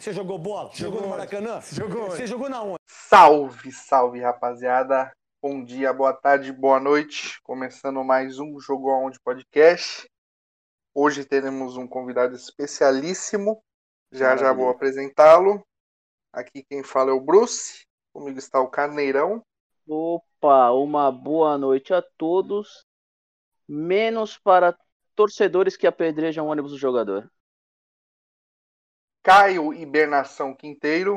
Você jogou bola? Jogou no Maracanã? Você jogou na onde? Salve, salve, rapaziada. Bom dia, boa tarde, boa noite. Começando mais um Jogo Aonde podcast. Hoje teremos um convidado especialíssimo. Já vou apresentá-lo. Aqui quem fala é o Bruce. Comigo está o Carneirão. Opa, uma boa noite a todos. Menos para torcedores que apedrejam o ônibus do jogador. Caio Hibernação Quinteiro.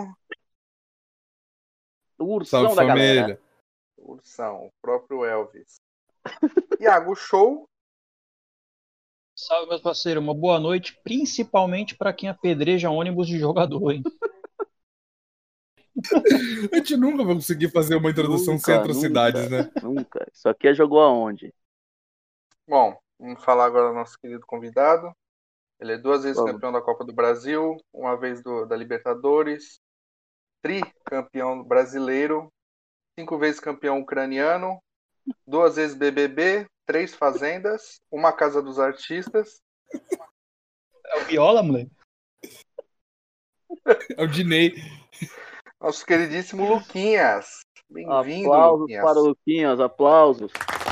O ursão Salve, da família. galera. Ursão, o próprio Elvis. Iago Show. Salve, meus parceiros. Uma boa noite, principalmente para quem apedreja ônibus de jogador, hein? A gente nunca vai conseguir fazer uma introdução sem atrocidades, né? Nunca. Isso aqui jogou aonde? Bom, vamos falar agora do nosso querido convidado. Ele é 2 vezes campeão da Copa do Brasil, 1 vez da Libertadores, tricampeão brasileiro, 5 vezes campeão ucraniano, 2 vezes BBB, 3 fazendas, 1 casa dos artistas. É o Viola, moleque? É o Dinei. Nosso queridíssimo Luquinhas. Bem-vindo, Aplausos Luquinhas. para o Luquinhas, aplausos.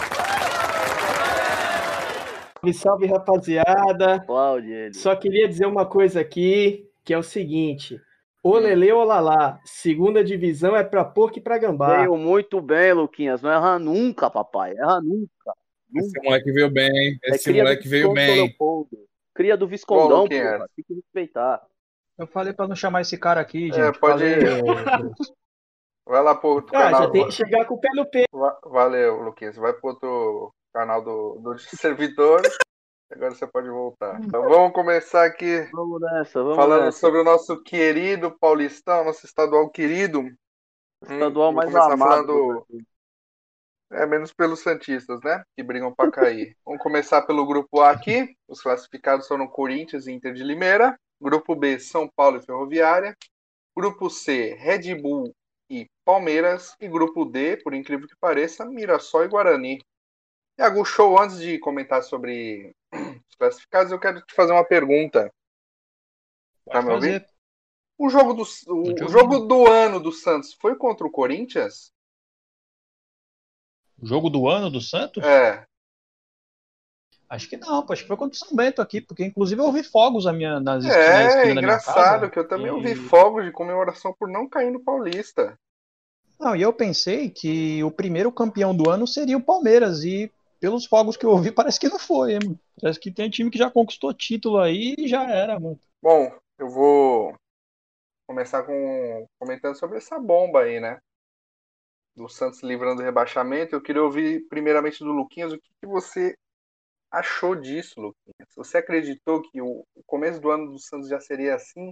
Salve, rapaziada. Aplaude ele. Só queria dizer uma coisa aqui, que é o seguinte. Olelê, olalá. Segunda divisão é pra porco e pra gambá. Veio muito bem, Luquinhas. Não erra nunca, papai. Erra nunca. Esse moleque veio bem. Esse cria moleque do veio Visconde bem. Leopoldo. Cria do Viscondão, Luquinhas. porra. Tem que respeitar. Eu falei para não chamar esse cara aqui, gente. Pode Falei, ir. Vai lá pro outro Ah, canal. já tem que chegar com o pé no peito. Valeu, Luquinhas. Vai pro outro canal do servidor. Agora você pode voltar. Então vamos começar aqui Vamos nessa, falando sobre o nosso querido Paulistão, nosso estadual querido. Estadual Vou mais começar amado. falando menos pelos santistas, né? Que brigam para cair. Vamos começar pelo grupo A aqui. Os classificados foram Corinthians e Inter de Limeira. Grupo B, São Paulo e Ferroviária. Grupo C, Red Bull e Palmeiras. E grupo D, por incrível que pareça, Mirassol e Guarani. Iago Show, antes de comentar sobre os classificados, eu quero te fazer uma pergunta. Tá me ouvindo? O jogo do ano do Santos foi contra o Corinthians? o jogo do ano do Santos? É. Acho que não, pô. Acho que foi contra o São Bento aqui, porque inclusive eu ouvi fogos nas esquinas da minha engraçado casa. que eu também ouvi fogos de comemoração por não cair no Paulista. Não, e eu pensei que o primeiro campeão do ano seria o Palmeiras, e pelos fogos que eu ouvi, parece que não foi, hein, mano. Parece que tem time que já conquistou título aí e já era, mano. Bom, eu vou começar comentando sobre essa bomba aí, né? Do Santos livrando o rebaixamento. Eu queria ouvir primeiramente do Luquinhas o que você achou disso, Luquinhas. Você acreditou que o começo do ano do Santos já seria assim?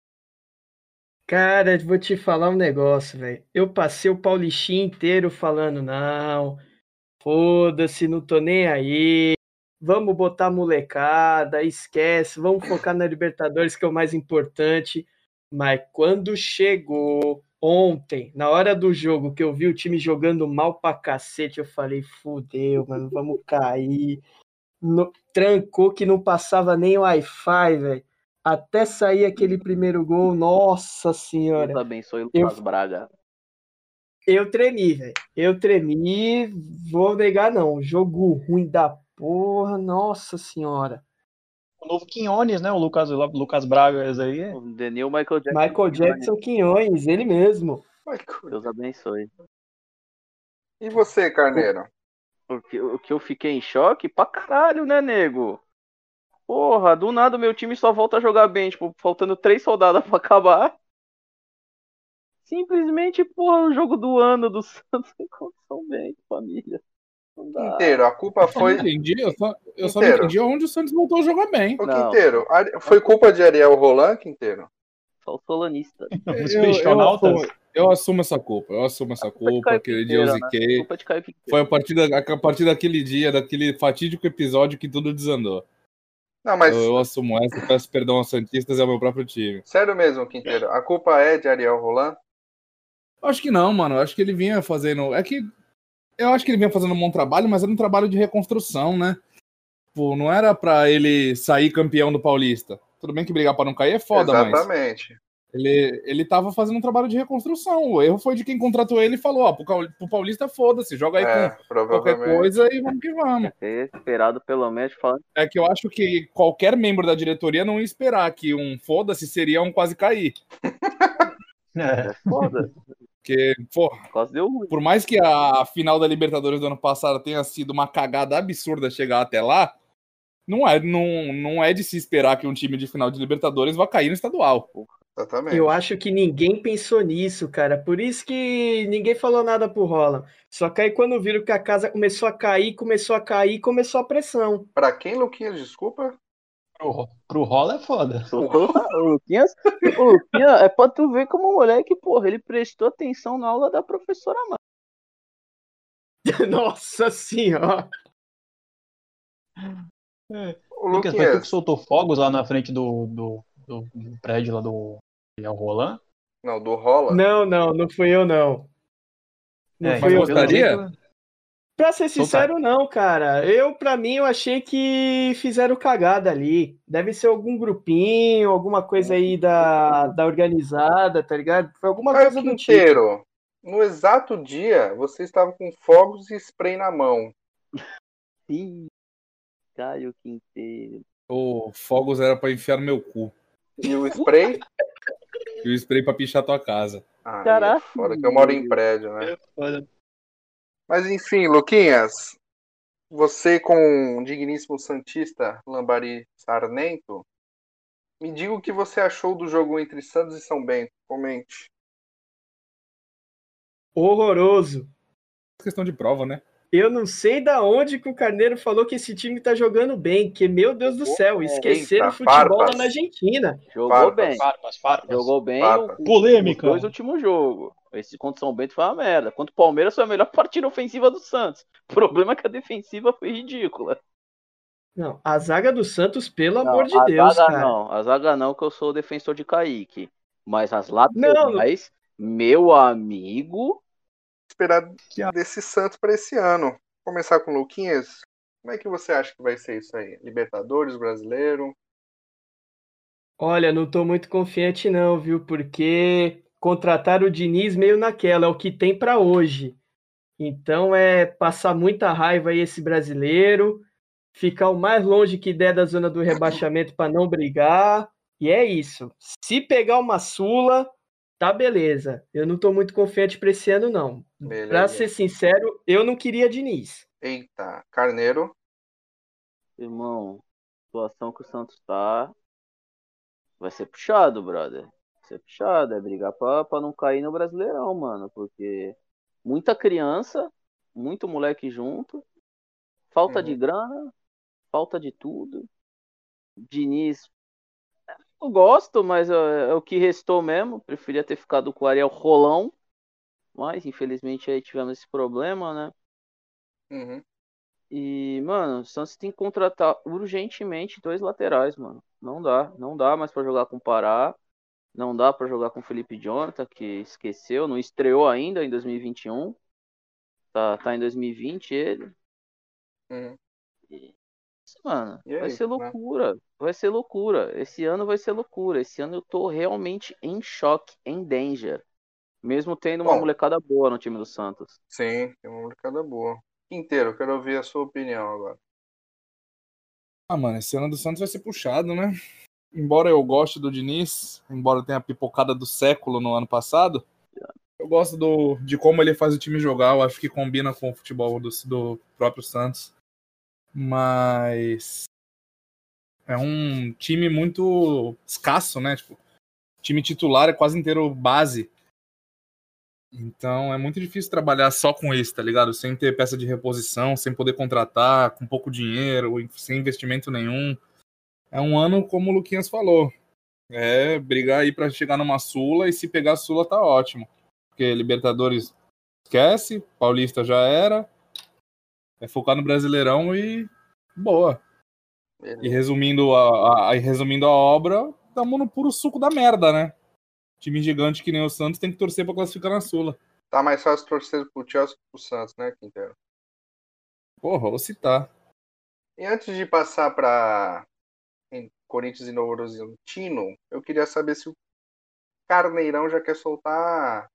Cara, vou te falar um negócio, velho. Eu passei o Paulistinha inteiro falando, não, foda-se, não tô nem aí. Vamos botar a molecada, esquece, vamos focar na Libertadores, que é o mais importante. Mas quando chegou ontem, na hora do jogo, que eu vi o time jogando mal pra cacete, eu falei, fudeu, mano, vamos cair. Trancou que não passava nem Wi-Fi, velho. Até sair aquele primeiro gol, nossa senhora. Deus abençoe o Lucas Braga. Eu tremi, velho. Eu tremi, vou negar não. Jogo ruim da porra, nossa senhora. O novo Quinones, né? O Lucas Braga, esse aí. O Denil Michael Jackson. Michael Jackson Quinhões, ele mesmo. Deus abençoe. E você, Carneiro? O que eu fiquei em choque? Pra caralho, né, nego? Porra, do nada o meu time só volta a jogar bem, tipo, faltando 3 rodadas pra acabar. Simplesmente, porra, o jogo do ano do Santos sem condição bem, família. Quinteiro, a culpa foi... Eu só não entendi onde o Santos voltou a jogar bem. Ô, Quinteiro, foi culpa de Ariel Roland, Quinteiro? Só o solanista. Eu assumo essa culpa. Aquele dia eu ziquei. Foi a partir daquele dia, daquele fatídico episódio que tudo desandou. Não, mas... Eu assumo essa, peço perdão aos santistas e ao meu próprio time. Sério mesmo, Quinteiro, a culpa é de Ariel Roland? Acho que não, mano. Acho que ele vinha fazendo... Eu acho que ele vinha fazendo um bom trabalho, mas era um trabalho de reconstrução, né? Pô, não era pra ele sair campeão do Paulista. Tudo bem que brigar pra não cair é foda, Exatamente. Ele tava fazendo um trabalho de reconstrução. O erro foi de quem contratou ele e falou, ó, pro Paulista foda-se, joga aí com qualquer coisa e vamos que vamos. Esperado pelo menos falando. É que eu acho que qualquer membro da diretoria não ia esperar que um foda-se seria um quase cair. É foda. Porque, porra, quase deu ruim. Por mais que a final da Libertadores do ano passado tenha sido uma cagada absurda chegar até lá, não é de se esperar que um time de final de Libertadores vá cair no estadual. Exatamente. Eu acho que ninguém pensou nisso, cara. Por isso que ninguém falou nada pro Roland. Só que aí quando viram que a casa começou a cair, começou a pressão. Pra quem, Luquinhas, desculpa? Pro Roland é foda. O Luquinhas é pra tu ver como o moleque, porra, ele prestou atenção na aula da professora Mãe. Nossa senhora! Lucas, foi tu que soltou fogos lá na frente do prédio lá do Roland? Não, do Roland? Não fui eu, não. Não fui eu, gostaria? Pra ser sincero, não, cara. Pra mim, eu achei que fizeram cagada ali. Deve ser algum grupinho, alguma coisa aí da organizada, tá ligado? Foi alguma coisa do tipo. No exato dia, você estava com fogos e spray na mão. Ih, Caio Quinteiro. O fogos era pra enfiar no meu cu. E o spray? E o spray pra pichar tua casa. Ah, caraca. É foda que eu moro em prédio, né? É foda. Mas enfim, Luquinhas, você com o digníssimo santista Lambari Sarnento, me diga o que você achou do jogo entre Santos e São Bento. Comente. Horroroso. Questão de prova, né? Eu não sei da onde que o Carneiro falou que esse time tá jogando bem, que, meu Deus do céu, esqueceram o futebol lá na Argentina. Jogou bem. Jogou bem. Polêmica. Os dois últimos jogos. Esse contra o São Bento foi uma merda. Contra o Palmeiras foi a melhor partida ofensiva do Santos. O problema é que a defensiva foi ridícula. Não, a zaga do Santos, pelo amor de Deus, cara. A zaga não, que eu sou o defensor de Kaique. Mas as laterais, meu amigo... Esperar desse Santos para esse ano. Vou começar com o Luquinhas. Como é que você acha que vai ser isso aí? Libertadores, Brasileiro? Olha, não tô muito confiante não, viu? Porque contrataram o Diniz meio naquela, é o que tem para hoje. Então é passar muita raiva aí esse brasileiro, ficar o mais longe que der da zona do rebaixamento para não brigar. E é isso. Se pegar uma Sula, tá beleza. Eu não tô muito confiante para esse ano, não. Para ser sincero, eu não queria Diniz. Eita, Carneiro. Irmão, a situação que o Santos tá vai ser puxado, brother. Vai ser puxado, é brigar pra não cair no Brasileirão, mano. Porque muita criança, muito moleque junto, falta de grana, falta de tudo. Diniz, eu gosto, mas é o que restou mesmo. Preferia ter ficado com o Ariel Rolão. Mas, infelizmente, aí tivemos esse problema, né? E, mano, o Santos tem que contratar urgentemente 2 laterais, mano. Não dá mais pra jogar com o Pará. Não dá pra jogar com o Felipe Jonathan, que esqueceu, não estreou ainda em 2021. Tá em 2020 ele. Mano, vai ser loucura. Né? Vai ser loucura. Esse ano vai ser loucura. Esse ano eu tô realmente em choque, em danger. Mesmo tendo uma molecada boa no time do Santos. Sim, tem uma molecada boa. Quinteiro, quero ouvir a sua opinião agora. Mano, esse ano do Santos vai ser puxado, né? Embora eu goste do Diniz, embora tenha a pipocada do século no ano passado, eu gosto de como ele faz o time jogar. Eu acho que combina com o futebol do próprio Santos. Mas é um time muito escasso, né? Tipo, o time titular é quase inteiro base. Então é muito difícil trabalhar só com isso, tá ligado? Sem ter peça de reposição, sem poder contratar, com pouco dinheiro, sem investimento nenhum. É um ano, como o Luquinhas falou, é brigar aí pra chegar numa Sula, e se pegar a Sula tá ótimo. Porque Libertadores esquece, Paulista já era, é focar no Brasileirão e boa. E resumindo a obra, estamos no puro suco da merda, né? Time gigante que nem o Santos tem que torcer pra classificar na Sula. Tá mais fácil torcer pro Chelsea que pro Santos, né, Quinteiro? Porra, vou citar. E antes de passar pra Corinthians e Novo Horizontino, eu queria saber se Carneirão já quer soltar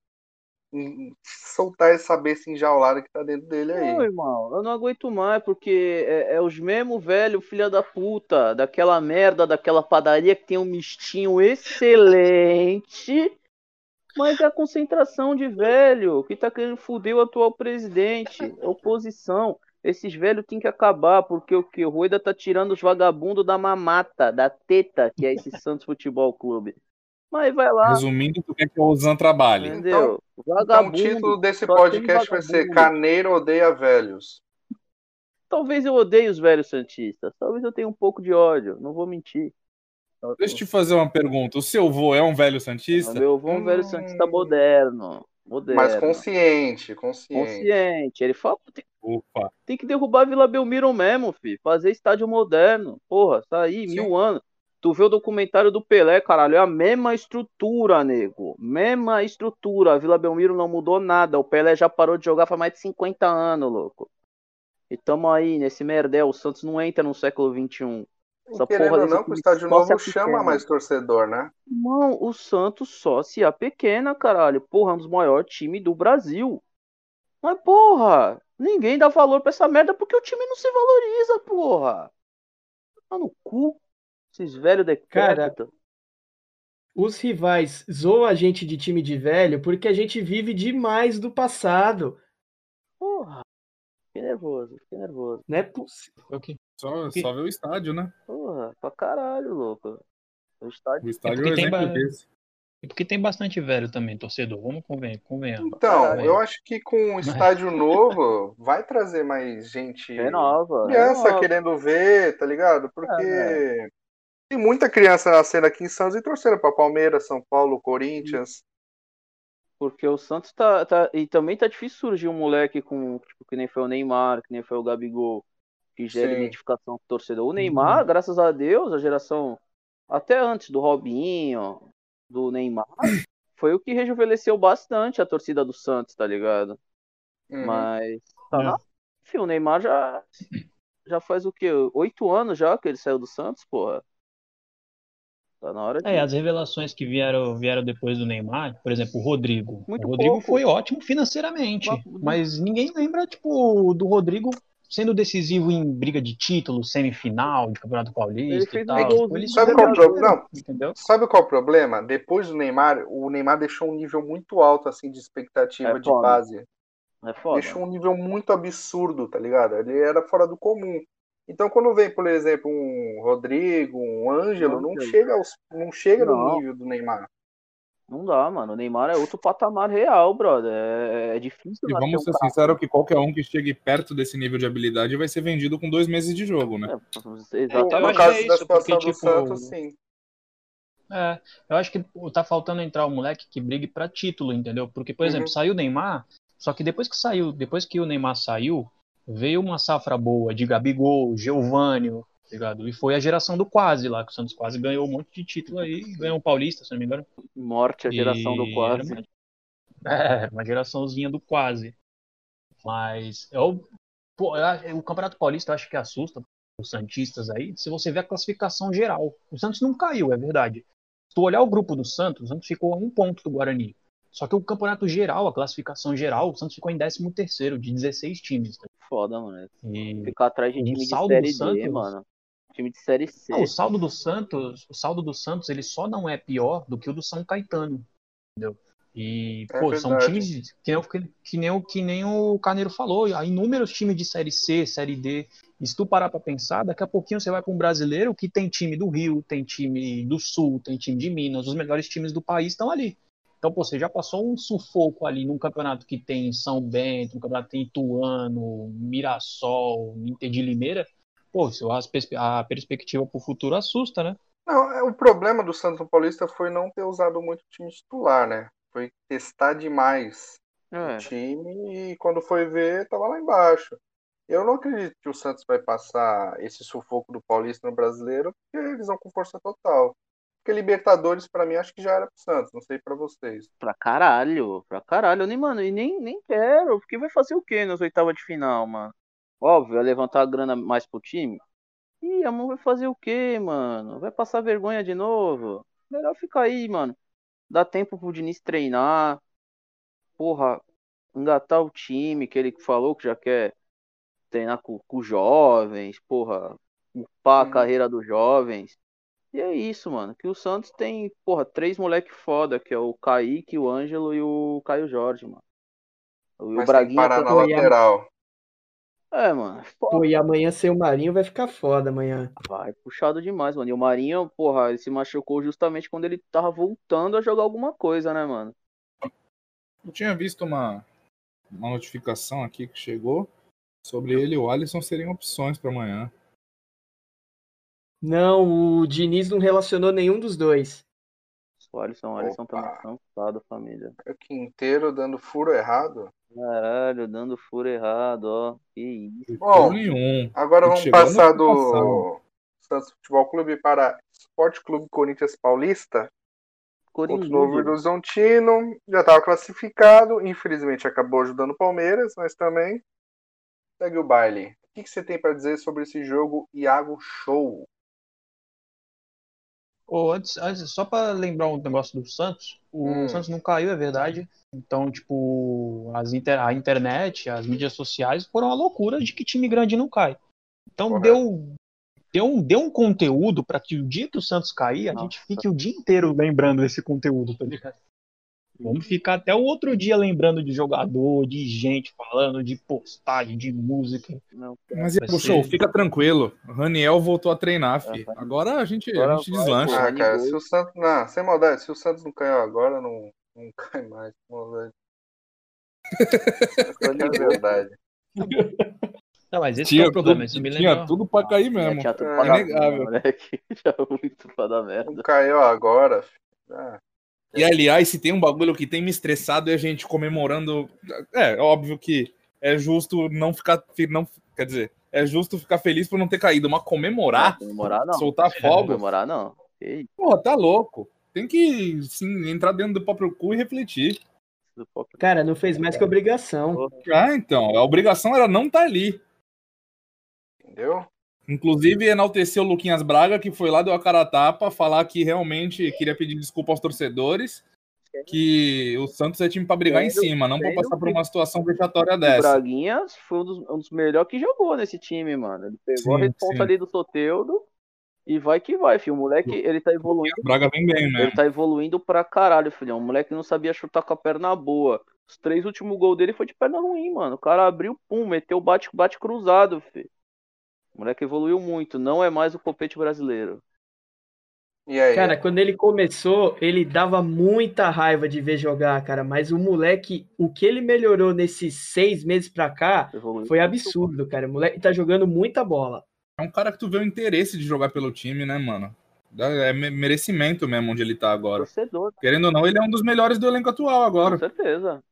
essa besta enjaulada que tá dentro dele aí. Não, irmão, eu não aguento mais, porque é os mesmos velho filha da puta, daquela merda, daquela padaria que tem um mistinho excelente, mas é a concentração de velho que tá querendo foder o atual presidente, a oposição. Esses velhos tem que acabar, porque o Rueda tá tirando os vagabundos da mamata, da teta, que é esse Santos Futebol Clube. Mas vai lá, Resumindo, tu quer que o Ozan trabalhe. entendeu? Então o Vagabundo, título desse só tem podcast vai ser vagabundo. Carneiro odeia velhos. Talvez eu odeie os velhos santistas. Talvez eu tenha um pouco de ódio. Não vou mentir. Deixa eu te fazer uma pergunta. O seu vô é um velho santista? Meu avô é um velho santista moderno. Mas consciente. Consciente. Ele fala, Opa. tem que derrubar a Vila Belmiro mesmo, filho. Fazer estádio moderno. Porra, tá aí, Sim. 1000 anos. Tu vê o documentário do Pelé, caralho. É a mesma estrutura, nego. Mesma estrutura. A Vila Belmiro não mudou nada. O Pelé já parou de jogar faz mais de 50 anos, louco. E tamo aí, nesse merdel. O Santos não entra no século XXI. Essa Querendo porra ou desse não, que o time estádio só se novo chama apequena. mais torcedor, né? Não, o Santos só se apequena, caralho. Porra, é um dos maiores times do Brasil. Mas, porra, ninguém dá valor pra essa merda porque o time não se valoriza, porra. Tá no cu. Esses velhos decrépitos. Os rivais zoam a gente de time de velho porque a gente vive demais do passado. Porra. Fiquei nervoso. Não é possível. Ok. Só ver o estádio, né? Porra, pra caralho, louco. O estádio. O estádio é um porque tem exemplo desse. E porque tem bastante velho também, torcedor. Vamos convenhamos. Então, Caralho. eu acho que com um estádio novo vai trazer mais gente. Renova. Criança querendo ver, tá ligado? Porque tem muita criança nascendo aqui em Santos e torcendo pra Palmeiras, São Paulo, Corinthians. Porque o Santos tá. E também tá difícil surgir um moleque com. Tipo, que nem foi o Neymar, que nem foi o Gabigol, que gera Sim. identificação com o torcedor. O Neymar, graças a Deus, a geração. Até antes do Robinho, do Neymar, foi o que rejuvenesceu bastante a torcida do Santos, tá ligado? Uhum. Mas. Tá na. Enfim, o Neymar já faz o quê? 8 anos já que ele saiu do Santos, porra. Tá na hora de. As revelações que vieram depois do Neymar, por exemplo, o Rodrigo. Muito O Rodrigo pouco. foi ótimo financeiramente, mas ninguém lembra, tipo, do Rodrigo sendo decisivo em briga de título, semifinal, de Campeonato Ele Paulista fez e tal. um golzinho. Ele Sabe só qual é o ganhou problema? dinheiro, entendeu? Sabe qual é o problema? Depois do Neymar, o Neymar deixou um nível muito alto assim de expectativa de foda. base. É foda. Deixou um nível muito absurdo, tá ligado? Ele era fora do comum. Então, quando vem, por exemplo, um Rodrigo, um Ângelo, não chega no nível do Neymar. Não dá, mano. O Neymar é outro patamar real, brother. É difícil. E vamos ser sinceros que qualquer um que chegue perto desse nível de habilidade vai ser vendido com 2 meses de jogo, né? Exatamente. No caso da situação do Santos, sim. Eu acho que tá faltando entrar um moleque que brigue pra título, entendeu? Porque, por exemplo, saiu o Neymar, só que depois que o Neymar saiu, veio uma safra boa de Gabigol, Geovânio, tá ligado? E foi a geração do quase lá, que o Santos quase ganhou um monte de título aí, ganhou um Paulista, se não me engano. Morte a geração do quase. Uma geraçãozinha do quase. Mas o Campeonato Paulista eu acho que assusta os santistas aí, se você ver a classificação geral. O Santos não caiu, é verdade. Se tu olhar o grupo do Santos, o Santos ficou a 1 ponto do Guarani. Só que o campeonato geral, a classificação geral, o Santos ficou em 13º de 16 times. Tá? Foda, mano. E ficar atrás de time de Série D, mano. Time de Série C. Não, o saldo do Santos, ele só não é pior do que o do São Caetano. Entendeu? E, são times que nem o Carneiro falou, há inúmeros times de Série C, Série D. E se tu parar pra pensar, daqui a pouquinho você vai pra um brasileiro que tem time do Rio, tem time do Sul, tem time de Minas, os melhores times do país estão ali. Então, você já passou um sufoco ali num campeonato que tem São Bento, um campeonato que tem Ituano, Mirassol, Inter de Limeira. A perspectiva pro futuro assusta, né? Não, o problema do Santos Paulista foi não ter usado muito o time titular, né? Foi testar demais o time e quando foi ver, tava lá embaixo. Eu não acredito que o Santos vai passar esse sufoco do Paulista no Brasileiro, porque eles vão com força total. Porque Libertadores, pra mim, acho que já era pro Santos, não sei pra vocês. Pra caralho. Mano, e nem quero, porque vai fazer o quê nas oitavas de final, mano? Óbvio, vai levantar a grana mais pro time. Ih, amor, vai fazer o quê, mano? Vai passar vergonha de novo? Melhor ficar aí, mano. Dá tempo pro Diniz treinar, porra, engatar o time que ele falou que já quer treinar com os jovens, porra, upar a carreira dos jovens. E é isso, mano. Que o Santos tem, porra, 3 moleque foda, que é o Kaique, o Ângelo e o Caio Jorge, mano. E o Mas tem que Braguinha parar na também. lateral. Mano. Pô, e amanhã sem o Marinho vai ficar foda amanhã. Vai puxado demais, mano. E o Marinho, porra, ele se machucou justamente quando ele tava voltando a jogar alguma coisa, né, mano? Eu tinha visto uma notificação aqui que chegou sobre ele e o Alisson seriam opções para amanhã. Não, o Diniz não relacionou nenhum dos dois. O Alisson tá muito cansado, família. O Quinteiro dando furo errado. Caralho, dando furo errado, ó. Que isso. Bom, nenhum. Agora vamos passar do Santos Futebol Clube para Esporte Clube Corinthians Paulista. Contra o Novo Horizontino. Já estava classificado. Infelizmente acabou ajudando o Palmeiras, mas também segue o baile. O que você tem para dizer sobre esse jogo, Iago Show? Antes, só para lembrar um negócio do Santos, o Santos não caiu, é verdade. Então, tipo, a internet, as mídias sociais foram uma loucura de que time grande não cai. Então deu um conteúdo para que o dia que o Santos cair, a gente fique o dia inteiro lembrando desse conteúdo, tá ligado? Vamos ficar até o outro dia lembrando de jogador, de gente falando, de postagem, de música. Mas, show, fica tranquilo. O Raniel voltou a treinar, fi. Agora a gente deslancha. Cara, se o Santos... Não, sem maldade, se o Santos não caiu agora, não cai mais. Essa é a verdade. Não, mas esse é o problema. Tinha tudo pra cair mesmo. Tinha tudo pra cair, moleque. Já muito pra dar merda. Não caiu agora, filho. E, aliás, se tem um bagulho que tem me estressado é a gente comemorando... É óbvio que é justo não ficar... Quer dizer, é justo ficar feliz por não ter caído, mas comemorar não. Soltar fogos... Comemorar, não. Porra, tá louco. Tem que, sim, entrar dentro do próprio cu e refletir. Cara, não fez mais que obrigação. Então, a obrigação era não estar ali. Entendeu? Inclusive, enalteceu o Luquinhas Braga, que foi lá, deu a cara a tapa, falar que realmente queria pedir desculpa aos torcedores, que o Santos é time pra brigar em cima, não pra passar por uma situação vexatória dessa. O Braguinha foi um dos melhores que jogou nesse time, mano. Ele pegou a responsa ali do Soteldo e vai que vai, filho. O moleque, ele tá evoluindo. O Braga vem bem, né? Ele tá evoluindo pra caralho, filhão. O moleque não sabia chutar com a perna boa. Os 3 últimos gols dele foi de perna ruim, mano. O cara abriu, pum, meteu bate cruzado, filho. O moleque evoluiu muito, não é mais o Copete brasileiro. E aí? Cara, quando ele começou, ele dava muita raiva de ver jogar, cara. Mas o moleque, o que ele melhorou nesses 6 meses pra cá foi absurdo, cara. O moleque tá jogando muita bola. É um cara que tu vê o interesse de jogar pelo time, né, mano? É merecimento mesmo onde ele tá agora. Torcedor. Querendo ou não, ele é um dos melhores do elenco atual agora. Com certeza.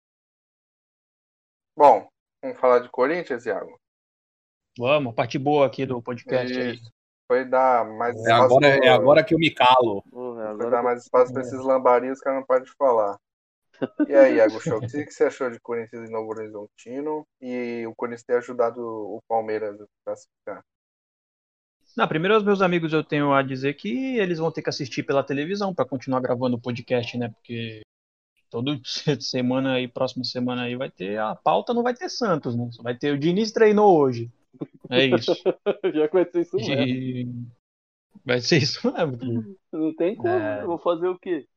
Bom, vamos falar de Corinthians, Iago? Vamos, parte boa aqui do podcast aí. Foi dar mais espaço. É agora que eu me calo. Foi dar mais espaço pra esses lambarinhos que não pode falar. E aí, Iago Show, o que você achou de Corinthians e Novo Horizontino e o Corinthians ter ajudado o Palmeiras a classificar? Não, primeiro aos meus amigos eu tenho a dizer que eles vão ter que assistir pela televisão para continuar gravando o podcast, né? Porque toda semana aí, próxima semana aí vai ter a pauta, não vai ter Santos, né? Só vai ter o Diniz treinou hoje. É isso. Já vai ser isso mesmo. Vai ser isso mesmo. Não tem como, eu vou fazer o quê?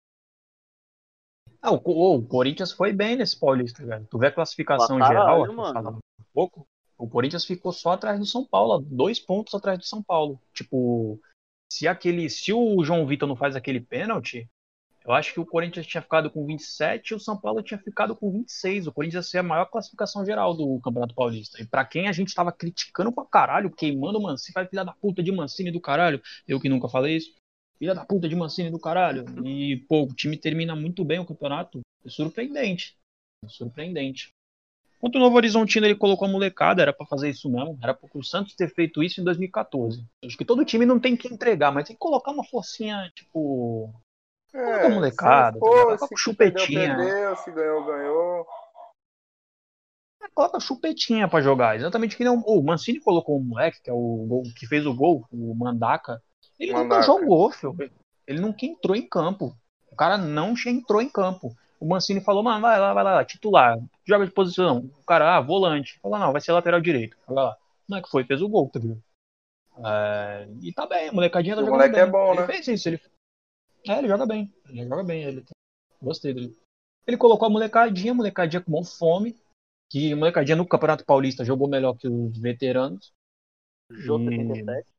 O Corinthians foi bem nesse Paulista, velho. Tu vê a classificação geral, um pouco. O Corinthians ficou só atrás do São Paulo, 2 pontos atrás do São Paulo. Tipo, se o João Vitor não faz aquele pênalti, eu acho que o Corinthians tinha ficado com 27 e o São Paulo tinha ficado com 26. O Corinthians ia ser a maior classificação geral do Campeonato Paulista. E pra quem a gente tava criticando pra caralho, queimando o Mancini, vai filha da puta de Mancini do caralho. Eu que nunca falei isso. Filha da puta de Mancini do caralho. E, pô, o time termina muito bem o campeonato. É surpreendente. Quanto o Novo Horizontino, ele colocou a molecada, era pra fazer isso mesmo. Era pro Santos ter feito isso em 2014. Acho que todo time não tem que entregar, mas tem que colocar uma forcinha, tipo... Coloca a molecada, coloca chupetinha. Perdeu, se ganhou, ganhou. Coloca chupetinha pra jogar. Exatamente que não. O Mancini colocou um moleque, que é o que fez o gol, o Mandaka. Ele nunca jogou, filho. Ele nunca entrou em campo. cara não entrou em campo. O Mancini falou, mano, vai lá, titular, joga de posição. O cara, volante. Falou, não, vai ser lateral direito. Vai lá. Não é que foi, fez o gol, tá ligado? E tá bem, a molecadinha tá O jogando moleque bem. é bom, Ele né? fez isso, ele joga bem. Ele joga bem, gostei dele. Ele colocou a molecadinha com mó fome, que a molecadinha no Campeonato Paulista jogou melhor que os veteranos. Jô 77.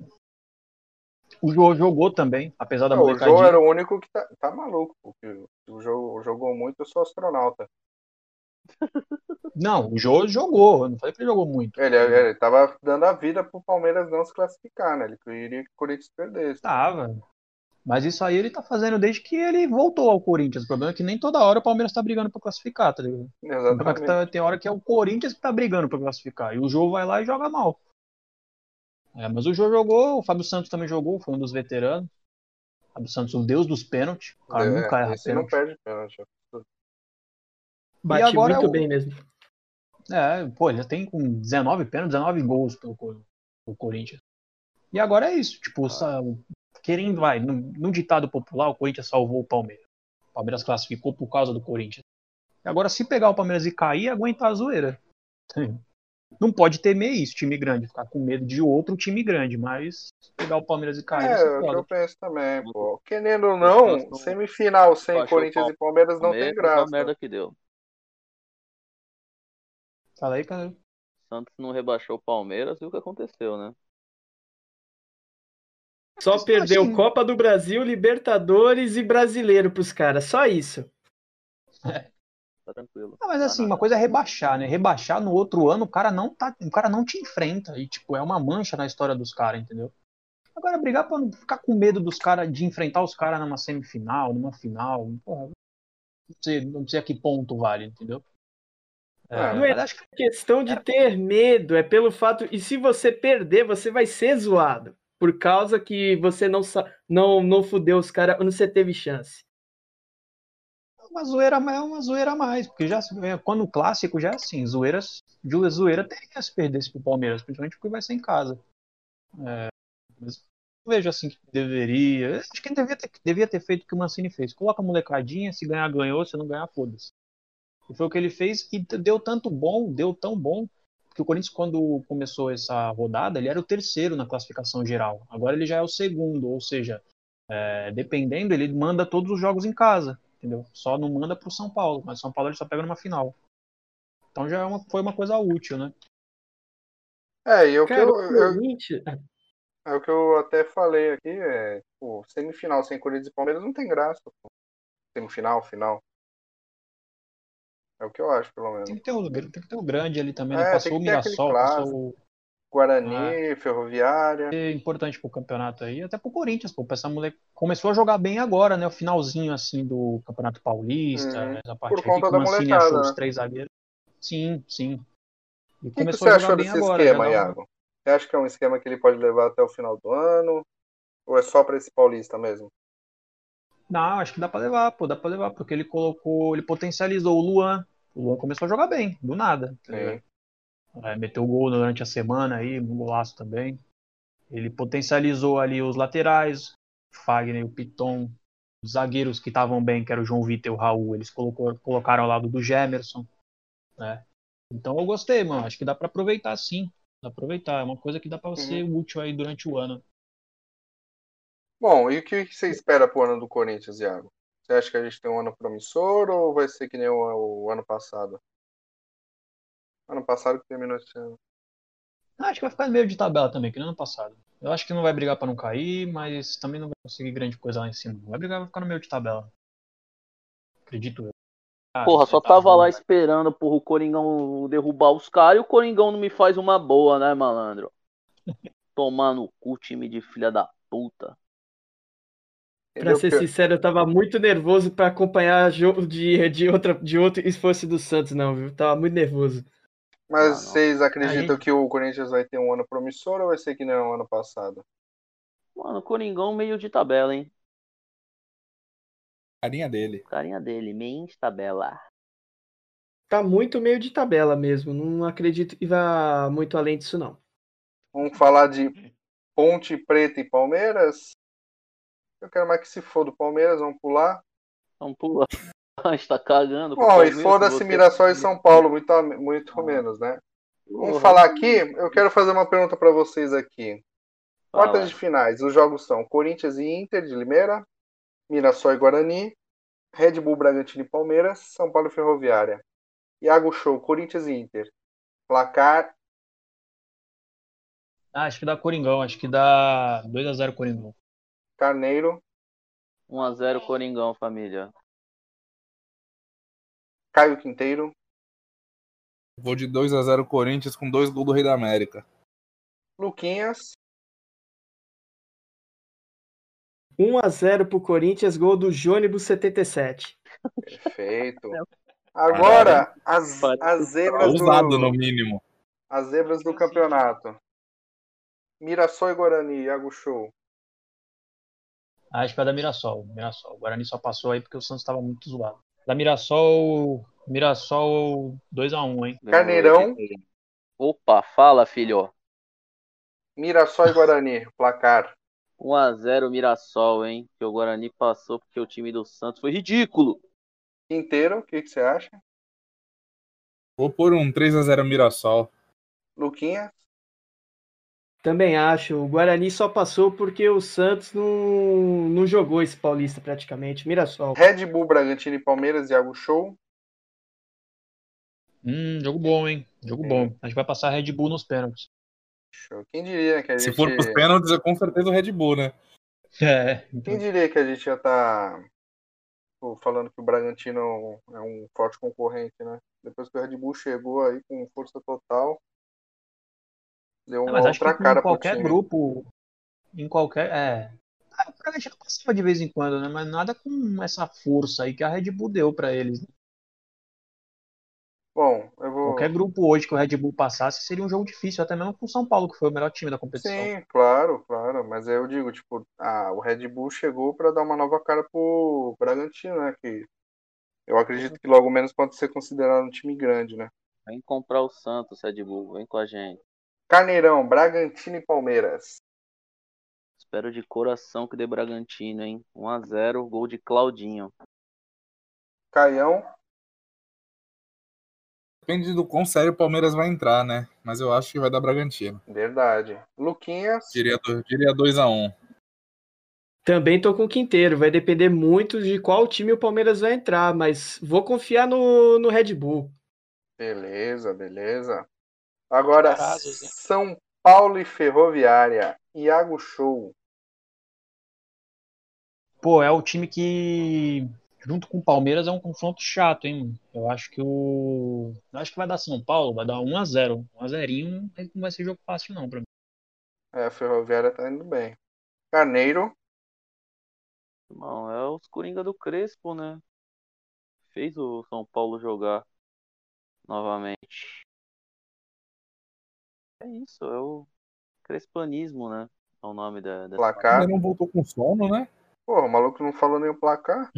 O Jô jogou também, apesar da O molecadinha. Jô era o único que tá maluco, porque o Jô jogou muito, eu sou astronauta. Não, o Jô jogou, eu não falei que ele jogou muito. Ele tava dando a vida pro Palmeiras não se classificar, né? Ele queria que o Corinthians perdesse. Tava. Mas isso aí ele tá fazendo desde que ele voltou ao Corinthians. O problema é que nem toda hora o Palmeiras tá brigando pra classificar, tá ligado? Exatamente. Tem hora que é o Corinthians que tá brigando pra classificar. E o Jô vai lá e joga mal. Mas o Jô jogou, o Fábio Santos também jogou, foi um dos veteranos. O Fábio Santos, o deus dos pênaltis. O cara nunca erra esse não pênalti. perde pênalti. Bate agora muito bem mesmo. Ele já tem com 19 pênaltis, 19 gols pelo Corinthians. E agora é isso, tipo, querendo, no ditado popular, o Corinthians salvou o Palmeiras. O Palmeiras classificou por causa do Corinthians. E agora, se pegar o Palmeiras e cair, aguentar a zoeira. Não pode temer isso, time grande, ficar com medo de outro time grande, mas se pegar o Palmeiras e cair, É o que eu penso também, pô. Querendo ou não, semifinal sem Corinthians e Palmeiras não tem graça. A merda que deu. Fala aí, cara. Santos não rebaixou o Palmeiras, viu o que aconteceu, né? Só perdeu Copa do Brasil, Libertadores e Brasileiro pros caras, só isso. Tá tranquilo. Mas assim, uma coisa é rebaixar, né? Rebaixar no outro ano, o cara não te enfrenta. E, tipo, é uma mancha na história dos caras, entendeu? Agora, brigar pra não ficar com medo dos caras, de enfrentar os caras numa semifinal, numa final, porra, não sei a que ponto vale, entendeu? Não é questão de ter medo, é pelo fato. E se você perder, você vai ser zoado. Por causa que você não fudeu os caras quando você teve chance. É uma zoeira a mais, porque já quando o clássico já é assim, zoeira teria se perdesse pro Palmeiras, principalmente porque vai ser em casa. Mas eu vejo assim que deveria. Acho que devia ter feito o que o Mancini fez. Coloca a molecadinha, se ganhar, ganhou, se não ganhar, foda-se. E foi o que ele fez e deu tão bom, que o Corinthians, quando começou essa rodada, ele era o terceiro na classificação geral. Agora ele já é o segundo, ou seja, dependendo, ele manda todos os jogos em casa, entendeu? Só não manda pro São Paulo, mas o São Paulo ele só pega numa final. Então já foi uma coisa útil, né? É o que eu até falei aqui, semifinal sem Corinthians e Palmeiras não tem graça, pô. Semifinal, final. É o que eu acho, pelo menos. Tem que ter o grande ali também, né? Passou o Mirassol, passou o Guarani, Ferroviária. É importante pro campeonato aí, até pro Corinthians, pô. Essa moleque começou a jogar bem agora, né? O finalzinho, assim, do Campeonato Paulista, a partir por conta que da o Mancini molecada, achou né? os 3 zagueiros. Sim. E O que começou você a jogar achou bem desse agora. esquema, Iago? Você acha que é um esquema que ele pode levar até o final do ano? Ou é só para esse Paulista mesmo? Não, acho que dá pra levar, pô. Dá pra levar, porque ele potencializou o Luan. O Luan começou a jogar bem, do nada. Meteu gol durante a semana aí, um golaço também. Ele potencializou ali os laterais, o Fagner, o Piton, os zagueiros que estavam bem, que era o João Vitor e o Raul, eles colocaram ao lado do Gemerson, né? Então eu gostei, mano. Acho que dá pra aproveitar sim. Dá pra aproveitar. É uma coisa que dá pra ser útil aí durante o ano. Bom, e o que você espera pro ano do Corinthians, Iago? Você acha que a gente tem um ano promissor ou vai ser que nem o ano passado? Ano passado que terminou esse ano. Acho que vai ficar no meio de tabela também, que nem ano passado. Eu acho que não vai brigar pra não cair, mas também não vai conseguir grande coisa lá em cima. Vai brigar, vai ficar no meio de tabela. Acredito eu. Porra, só tava lá esperando o Coringão derrubar os caras e o Coringão não me faz uma boa, né, malandro? Tomar no cu, time de filha da puta. Pra ser sincero, eu tava muito nervoso pra acompanhar jogo de outro esforço do Santos, não, viu? Tava muito nervoso. Mas vocês acreditam que o Corinthians vai ter um ano promissor ou vai ser que nem o ano passado? Mano, Coringão meio de tabela, hein? Carinha dele, meio de tabela. Tá muito meio de tabela mesmo. Não acredito que vá muito além disso, não. Vamos falar de Ponte Preta e Palmeiras? Eu quero mais que se for do Palmeiras, vamos pular. Vamos pular. A gente tá cagando. Bom, e foda-se Mirassol e São Paulo, muito menos, né? Vamos falar aqui, eu quero fazer uma pergunta para vocês aqui. Quartas de finais, os jogos são Corinthians e Inter de Limeira, Mirassol e Guarani, Red Bull, Bragantino e Palmeiras, São Paulo e Ferroviária. Iago Show, Corinthians e Inter. Placar. Acho que dá Coringão, acho que dá 2-0 Coringão. Carneiro. 1-0 Coringão, família. Caio Quinteiro. Vou de 2-0 Corinthians com 2 gols do Rei da América. Luquinhas. 1-0 pro Corinthians, gol do Jônibus 77. Perfeito. Agora, as zebras Ousado, no mínimo. As zebras do campeonato. Mirassol e Guarani, Iago Show. Acho que vai dar Mirassol. O Guarani só passou aí porque o Santos estava muito zoado. Da Mirassol 2-1, hein? Carneirão. Opa, fala, filho. Mirassol e Guarani, placar. 1-0 Mirassol, hein? Que o Guarani passou porque o time do Santos foi ridículo. Quinteiro, o que você acha? Vou pôr um 3-0 Mirassol. Luquinha? Também acho. O Guarani só passou porque o Santos não jogou esse Paulista praticamente. Mirassol. Red Bull, Bragantino e Palmeiras, Iago Show. Jogo bom, hein? Jogo bom. A gente vai passar Red Bull nos pênaltis. Show. Quem diria que a gente... Se for pros pênaltis, é com certeza o Red Bull, né? Então... Quem diria que a gente já tá falando que o Bragantino é um forte concorrente, né? Depois que o Red Bull chegou aí com força total, deu uma outra cara pro time. Em qualquer grupo, o Bragantino passava de vez em quando, né? Mas nada com essa força aí que a Red Bull deu pra eles. Né? Bom, eu vou... Qualquer grupo hoje que o Red Bull passasse seria um jogo difícil, até mesmo com o São Paulo, que foi o melhor time da competição. Sim, claro, mas eu digo, tipo, o Red Bull chegou pra dar uma nova cara pro Bragantino, né? Que eu acredito que logo menos pode ser considerado um time grande, né? Vem comprar o Santos, Red Bull. Vem com a gente. Carneirão, Bragantino e Palmeiras. Espero de coração que dê Bragantino, hein? 1-0, gol de Claudinho. Caião. Depende do quão sério o Palmeiras vai entrar, né? Mas eu acho que vai dar Bragantino. Verdade. Luquinhas. Diria 2-1. Também tô com o Quinteiro. Vai depender muito de qual time o Palmeiras vai entrar, mas vou confiar no Red Bull. Beleza. Agora, São Paulo e Ferroviária. Iago Show. Pô, é o time que, junto com o Palmeiras, é um confronto chato, hein, mano? Eu acho que vai dar São Paulo, vai dar 1-0. 1-0, não vai ser jogo fácil, não, pra mim. A Ferroviária tá indo bem. Carneiro. Não, é os Coringa do Crespo, né? Fez o São Paulo jogar novamente. É isso, é o Crespanismo, né? É o nome da Placar. Ainda não voltou com sono, né? Pô, o maluco não falou nem o placar.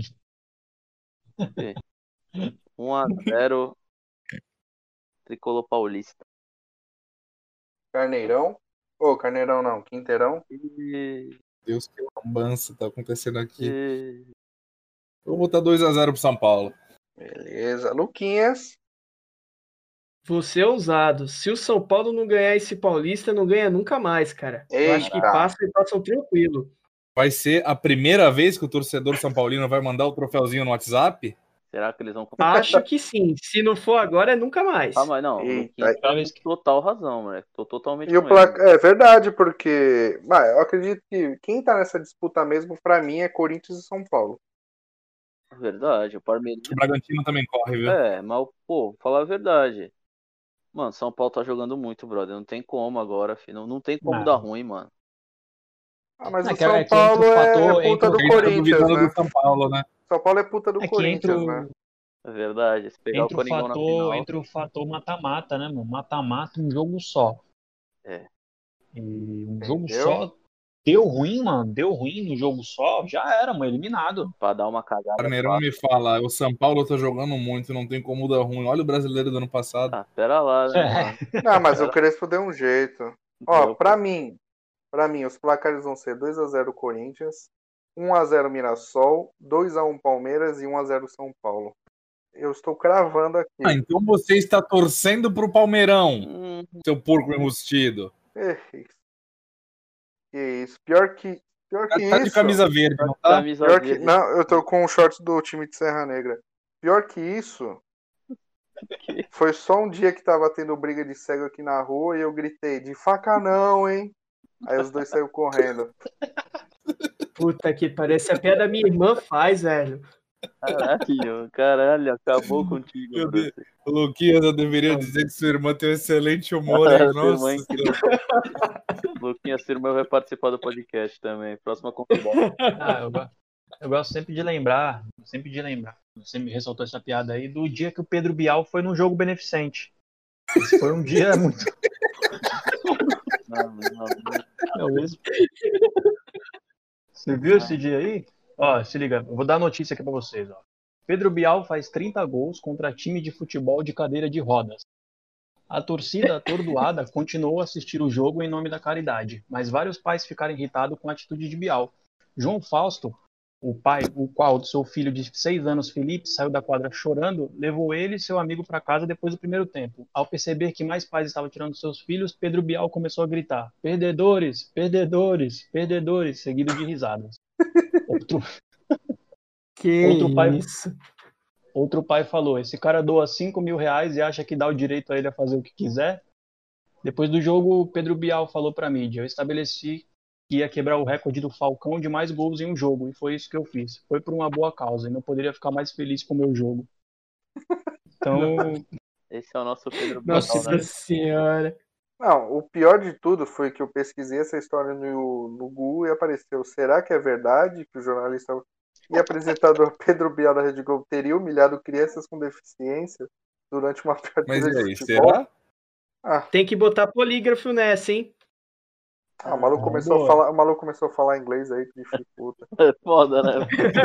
1-0 Tricolor Paulista. Carneirão. Carneirão não, Quinteirão. Deus, que lambança tá acontecendo aqui. Eu vou botar 2-0 pro São Paulo. Beleza. Luquinhas. Você é ousado. Se o São Paulo não ganhar esse Paulista, não ganha nunca mais, cara. Eu acho que passam tranquilo. Vai ser a primeira vez que o torcedor São Paulino vai mandar o troféuzinho no WhatsApp? Será que eles vão... Acho que sim. Se não for agora, é nunca mais. Mas não, total razão, moleque. Tô totalmente e o placar é verdade, porque eu acredito que quem tá nessa disputa mesmo, pra mim, é Corinthians e São Paulo. Verdade, o Palmeiras. O Bragantino também corre, viu? Mas, pô, falar a verdade. Mano, São Paulo tá jogando muito, brother. Não tem como agora, filho. Não tem como dar ruim, mano. Mas o São Paulo é puta do Corinthians, né? Do São Paulo, né? São Paulo é puta do Corinthians, né? É verdade. Se pegar o Coringão na final... Entre o fator mata-mata, né, mano? Mata-mata, um jogo só. E um jogo só deu ruim, mano. Deu ruim no jogo só, já era, mano. Eliminado. Pra dar uma cagada. Carneirão me fala, o São Paulo tá jogando muito, não tem como dar ruim. Olha o brasileiro do ano passado. Pera lá, né, Não, mas o Crespo deu um jeito. Pra mim, os placares vão ser 2-0 Corinthians, 1-0 Mirassol, 2-1 Palmeiras e 1-0 São Paulo. Eu estou cravando aqui. Então você está torcendo pro Palmeirão, seu porco enrustido. Que isso. Pior que Tá isso. de camisa verde, não tá? Camisa verde. Não, eu tô com o shorts do time de Serra Negra. Pior que isso, foi só um dia que tava tendo briga de cego aqui na rua e eu gritei, de faca não, hein? Aí os dois saíram correndo. Puta que parece a piada minha irmã faz, velho. Caralho, acabou contigo. Meu Deus. Luquinhas, eu deveria dizer que sua irmã tem um excelente humor, hein? Nossa. Luquinhas, sua irmã vai participar do podcast também. Próxima convidada. Eu gosto sempre de lembrar. Você me ressaltou essa piada aí do dia que o Pedro Bial foi num jogo beneficente. Esse foi um dia muito. Não, mesmo. Você viu esse dia aí? Ó, se liga, eu vou dar a notícia aqui pra vocês, ó. Pedro Bial faz 30 gols contra time de futebol de cadeira de rodas. A torcida atordoada continuou a assistir o jogo em nome da caridade, mas vários pais ficaram irritados com a atitude de Bial. João Fausto, o pai, o qual seu filho de 6 anos, Felipe, saiu da quadra chorando, levou ele e seu amigo para casa depois do primeiro tempo. Ao perceber que mais pais estavam tirando seus filhos, Pedro Bial começou a gritar: perdedores, perdedores, perdedores, seguido de risadas. Outro pai falou: esse cara doa R$5.000 e acha que dá o direito a ele a fazer o que quiser. Depois do jogo, Pedro Bial falou pra mídia: eu estabeleci que ia quebrar o recorde do Falcão de mais gols em um jogo, e foi isso que eu fiz. Foi por uma boa causa, e não poderia ficar mais feliz com o meu jogo. Então... Esse é o nosso Pedro Bial. Nossa senhora. Não, o pior de tudo foi que eu pesquisei essa história no Google e apareceu: será que é verdade que o jornalista e apresentador Pedro Bial da Rede Globo teria humilhado crianças com deficiência durante uma partida de futebol? Será? Tem que botar polígrafo nessa, hein? O maluco começou a falar inglês aí, que dificulta. É foda, né?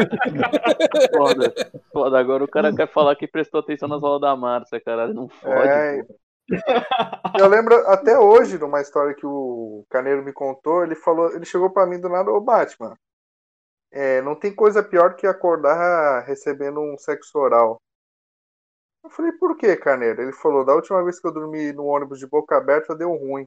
Foda. Agora o cara quer falar que prestou atenção nas aulas da Márcia, caralho. Não fode, pô. Eu lembro até hoje de uma história que o Carneiro me contou. Ele chegou pra mim do nada: ô Batman, não tem coisa pior que acordar recebendo um sexo oral. Eu falei: por que, Carneiro? Ele falou: da última vez que eu dormi no ônibus de boca aberta, deu ruim.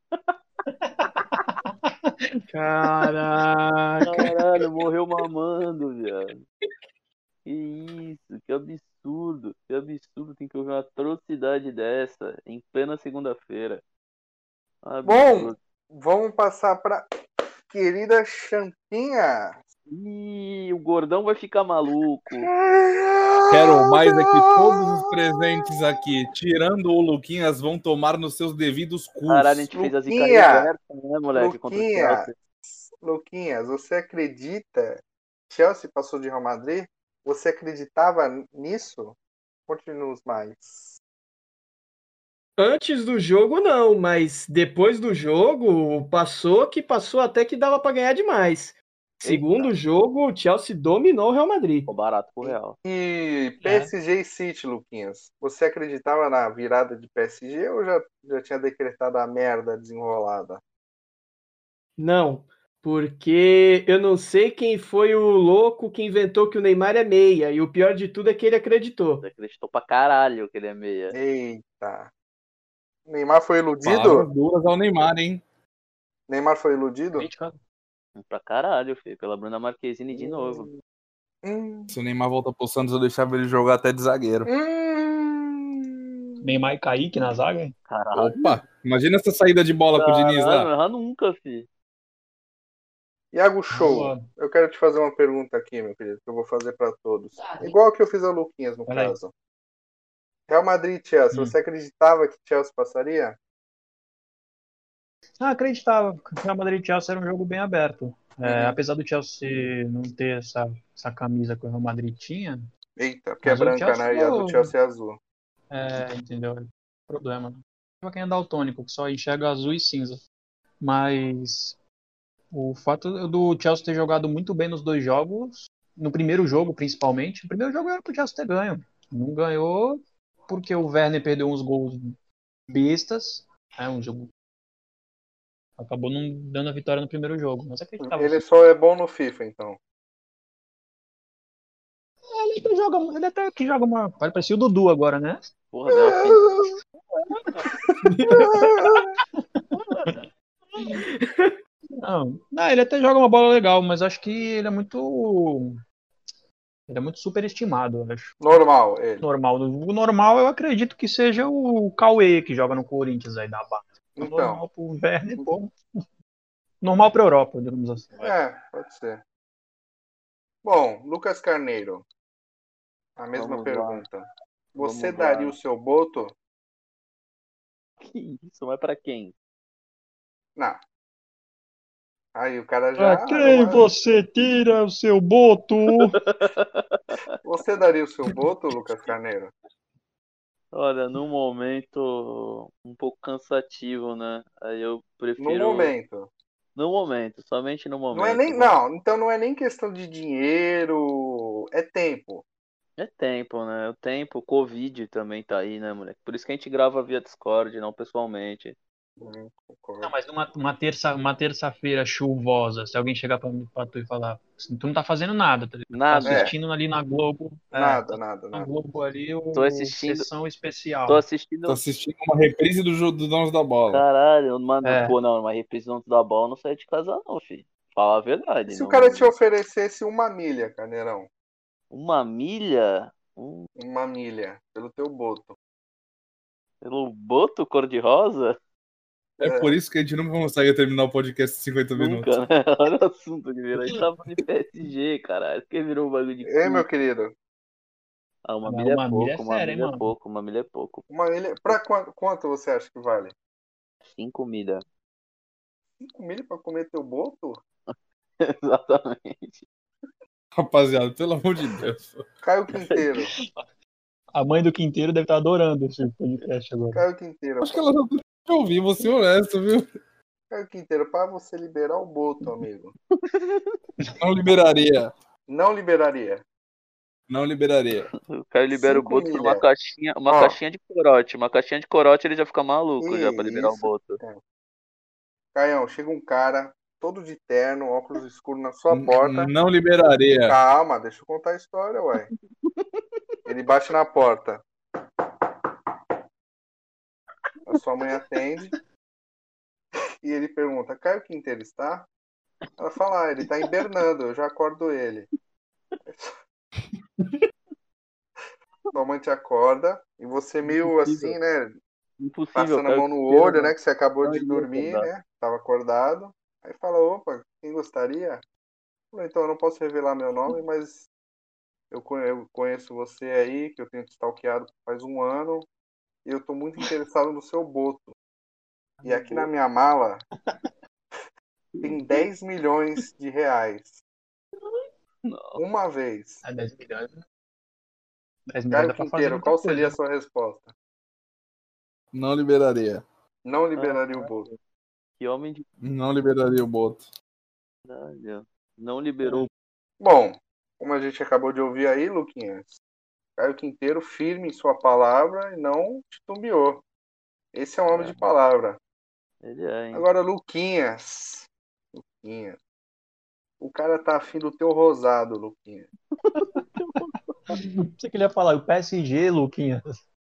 Caraca. Caralho, morreu mamando, viado. Que isso, que absurdo. Tem que ouvir uma atrocidade dessa em plena segunda-feira. Bom, vamos passar pra querida Champinha. Ih, o gordão vai ficar maluco. Quero mais é que todos os presentes aqui, tirando o Luquinhas, vão tomar nos seus devidos cus. Caralho, a gente fez a zica reversa, né, moleque? Luquinhas, você acredita que Chelsea passou de Real Madrid? Você acreditava nisso? Conte-nos mais. Antes do jogo, não, mas depois do jogo, passou até que dava pra ganhar demais. Segundo jogo, o Chelsea dominou o Real Madrid. Ficou barato pro Real. E PSG e City, Luquinhas, você acreditava na virada de PSG ou já tinha decretado a merda desenrolada? Não, porque eu não sei quem foi o louco que inventou que o Neymar é meia, e o pior de tudo é que ele acreditou. Ele acreditou pra caralho que ele é meia. Eita. Neymar foi iludido? Palavras duras ao Neymar, hein? Neymar foi iludido? Pra caralho, filho. Pela Bruna Marquezine de novo. Se o Neymar volta pro Santos, eu deixava ele jogar até de zagueiro. Neymar e Kaique na zaga, hein? Caralho. Opa, imagina essa saída de bola com o Diniz lá. Não errar nunca, filho. Iago Show, eu quero te fazer uma pergunta aqui, meu querido, que eu vou fazer pra todos. Igual que eu fiz a Luquinhas, no caso. Real Madrid e Chelsea, você acreditava que Chelsea passaria? Acreditava. O Real Madrid e Chelsea era um jogo bem aberto. Apesar do Chelsea não ter essa camisa que o Real Madrid tinha. Eita, porque é branca, né? E a do Chelsea é azul. Entendeu? Problema. Pra quem é daltônico, que só enxerga azul e cinza. Mas o fato do Chelsea ter jogado muito bem nos dois jogos, no primeiro jogo principalmente, o primeiro jogo era pro Chelsea ter ganho. Não ganhou porque o Werner perdeu uns gols bestas. Um jogo Acabou não dando a vitória no primeiro jogo. Mas acreditava. Ele só é bom no FIFA, então. Ele até que joga uma. Parecia o Dudu agora, né? Porra, deu Não, ele até joga uma bola legal, mas acho que ele é muito. Ele é muito superestimado, eu acho. Normal, ele. O normal eu acredito que seja o Cauê, que joga no Corinthians aí da base. Então. Normal pro Werner, pô. Normal pra Europa, digamos assim. Pode ser. Bom, Lucas Carneiro. A mesma Vamos pergunta. lá. Você Vamos daria lá. o seu boto? Que isso, mas pra quem? Não. Aí o cara já. Pra quem você tira o seu boto? Você daria o seu boto, Lucas Carneiro? Olha, num momento um pouco cansativo, né? Aí eu prefiro. No momento. No momento, somente no momento. Não é nem. Não, então não é nem questão de dinheiro. É tempo. É tempo, né? O tempo, o Covid também tá aí, né, moleque? Por isso que a gente grava via Discord, não pessoalmente. Não, mas uma terça-feira chuvosa, se alguém chegar pra tu e falar, assim, tu não tá fazendo nada, tá ligado? Nada. Tá assistindo ali na Globo. Nada. Na Globo ali, Tô assistindo. sessão especial. Tô assistindo uma reprise do Donos da Bola. Caralho, mano, É. pô, não, uma reprise da bola não sai de casa não, filho. Fala a verdade. E se não... o cara te oferecesse 1 milha, Carneirão? 1 milha? 1 milha, pelo teu boto. Pelo boto cor-de-rosa? É por isso que a gente nunca consegue terminar o podcast em 50 minutos. Nunca, né? Olha o assunto que virou. A gente tava de PSG, caralho. Que virou um bagulho de Ei, meu querido. Ah, 1 Não, milha é 1 milha é pouco, 1 sério, hein, milha é mano? pouco, 1 milha é pouco. 1 milha. Pra quanto você acha que vale? 5 milha. 5 milha pra comer teu boto? Exatamente. Rapaziada, pelo amor de Deus. Caio Quinteiro. A mãe do Quinteiro deve estar adorando esse podcast agora. Caio Quinteiro. Acho que ela não vai ouvir, vou ser honesto, viu? Caio Quinteiro, para você liberar o boto, amigo. Não liberaria. Não liberaria. Não liberaria. O cara libera o 5 boto por uma milha. caixinha, caixinha de corote. Uma caixinha de corote ele já fica maluco já pra liberar o Isso. boto. Caião, chega um cara, todo de terno, óculos escuros na sua porta. Não liberaria. Calma, deixa eu contar a história, ué. Ele bate na porta. A sua mãe atende. E ele pergunta, Caio Quinteiro está? Ela fala, ele tá hibernando, eu já acordo ele. Sua mãe te acorda e você meio Impossível. assim, né? Impossível. Passando a Caio mão no Quinteiro olho, não- né? Que você acabou não de iria dormir, acordar. né? Tava acordado. Aí fala, opa, quem gostaria? Falou, então eu não posso revelar meu nome, mas eu conheço você aí, que eu tenho te stalkeado faz 1 ano. E eu tô muito interessado no seu boto. E aqui na minha mala tem 10 milhões de reais. Não. Uma vez. 10 milhões. 10 milhões Caio dá pra fazer Quinteiro, muita qual coisa. seria a sua resposta? Não liberaria. Não liberaria o boto. Que homem de Não liberaria o boto. verdade. Não liberou. Bom, como a gente acabou de ouvir aí, Luquinhas, Caio Quinteiro firme em sua palavra e não titubeou. Esse é um homem de palavra. Ele é, hein? Agora, Luquinhas. O cara tá afim do teu rosado, Luquinhas. Você queria falar, o PSG, Luquinhas.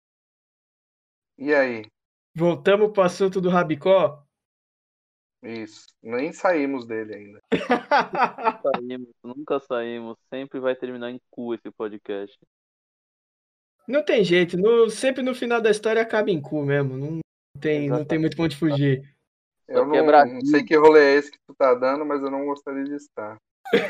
E aí? Voltamos pro assunto do Rabicó? Isso. Nem saímos dele ainda. Nunca saímos. Sempre vai terminar em cu esse podcast. Não tem jeito, sempre no final da história acaba em cu mesmo. Não tem muito pra onde fugir. Eu porque é não Brasil. sei que rolê é esse que tu tá dando, mas eu não gostaria de estar.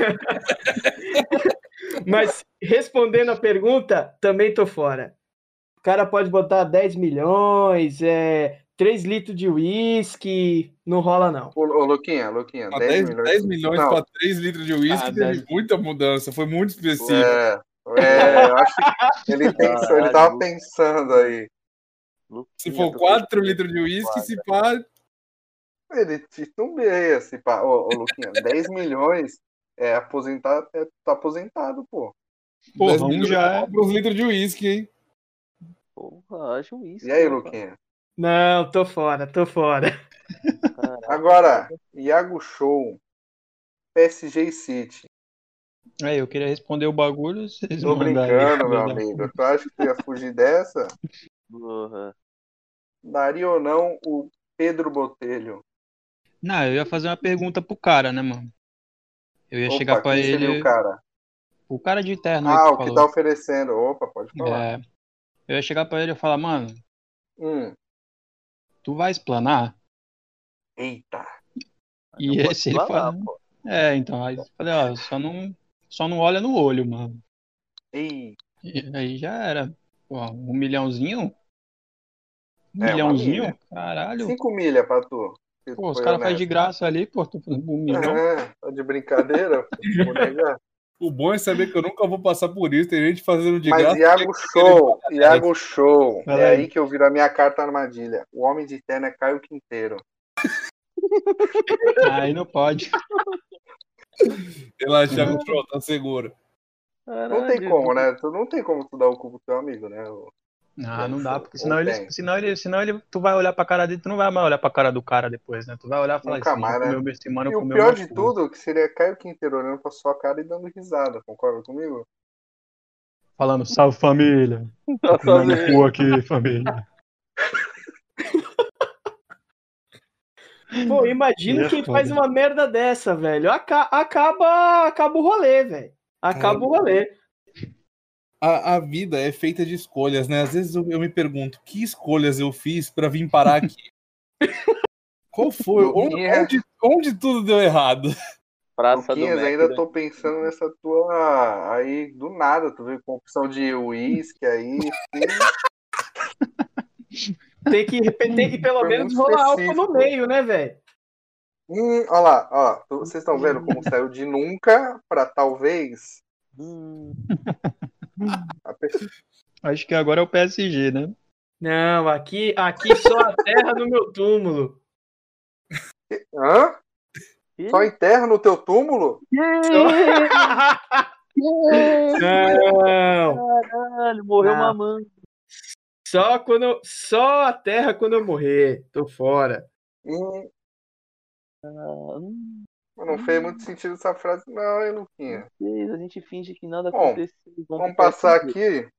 Mas respondendo a pergunta, também tô fora. O cara pode botar 10 milhões, 3 litros de uísque, não rola não. Ô, Luquinha, 10 milhões Não. para 3 litros de uísque teve muita mudança, foi muito específico. Eu acho que ele tava pensando aí. Se for 4 litros de uísque, se pá. Ele titubeia, se pá. Ô, Luquinha, 10 milhões aposentado, tá aposentado, pô. Porra, um já é. Os litros de uísque, hein? Porra, acho isso. E aí, Luquinha? Não, tô fora. Agora, Iago Show, PSG e City. Eu queria responder o bagulho, vocês Tô mandaram aí. brincando, meu amigo. Tu acha que tu ia fugir dessa? Porra. Daria ou não o Pedro Botelho? Não, eu ia fazer uma pergunta pro cara, né, mano? Eu ia chegar Opa, pra quem seria o ele. cara? O cara de terno aí que Ah, tu o que tá falou. oferecendo. Opa, pode falar. Eu ia chegar pra ele e falar, mano, Hum. tu vai explanar? Eita. E Pode se ele falar, falar. pô. Então, aí eu falei, ó, só não olha no olho, mano. Ei. E aí já era. Pô, 1 milhãozinho? Um É, 1 milhãozinho? milha. Caralho. 5 milha pra tu. Se tu Pô, os foi caras fazem de honesto. graça ali, pô, tô falando 1 milhão. Tá de brincadeira? Vou negar. O bom é saber que eu nunca vou passar por isso. Tem gente fazendo de Mas graça. Iago Show. Fala É aí. aí que eu viro a minha carta armadilha. O homem de terno é Caio Quinteiro. Aí não pode. Relaxa, Show, tá seguro. Não tem como, né? Não tem como tu dar o cu pro teu amigo, né? Não dá, porque Ou senão ele, tu vai olhar pra cara dele, tu não vai mais olhar pra cara do cara depois, né? Tu vai olhar e falar Nunca assim, mais, né? esse mano E o comeu pior meu de cu. tudo, que seria Caio Quinteiro olhando pra sua cara e dando risada. Concorda comigo? Falando, salve família. Tô comendo cu aqui, família. Pô, imagina quem faz uma merda dessa, velho. Acaba o rolê, velho. Acaba o rolê. A vida é feita de escolhas, né? Às vezes eu me pergunto, que escolhas eu fiz pra vir parar aqui? Qual foi? Onde tudo deu errado? Praça do Luquinhas, Mac, ainda né? tô pensando nessa tua... Aí, do nada, tu veio com opção de uísque aí. Tem que repetir e pelo Foi menos muito rolar álcool específico. no meio, né, velho? Olha lá, ó. Vocês estão vendo como saiu de nunca pra talvez? Acho que agora é o PSG, né? Não, aqui só a terra no meu túmulo. Hã? Só enterra no teu túmulo? Não. Caralho, morreu Não. mamando. Só a terra quando eu morrer. Tô fora. Não fez muito sentido essa frase, não, hein, Luquinha? A gente finge que nada Bom, aconteceu. vamos passar aqui.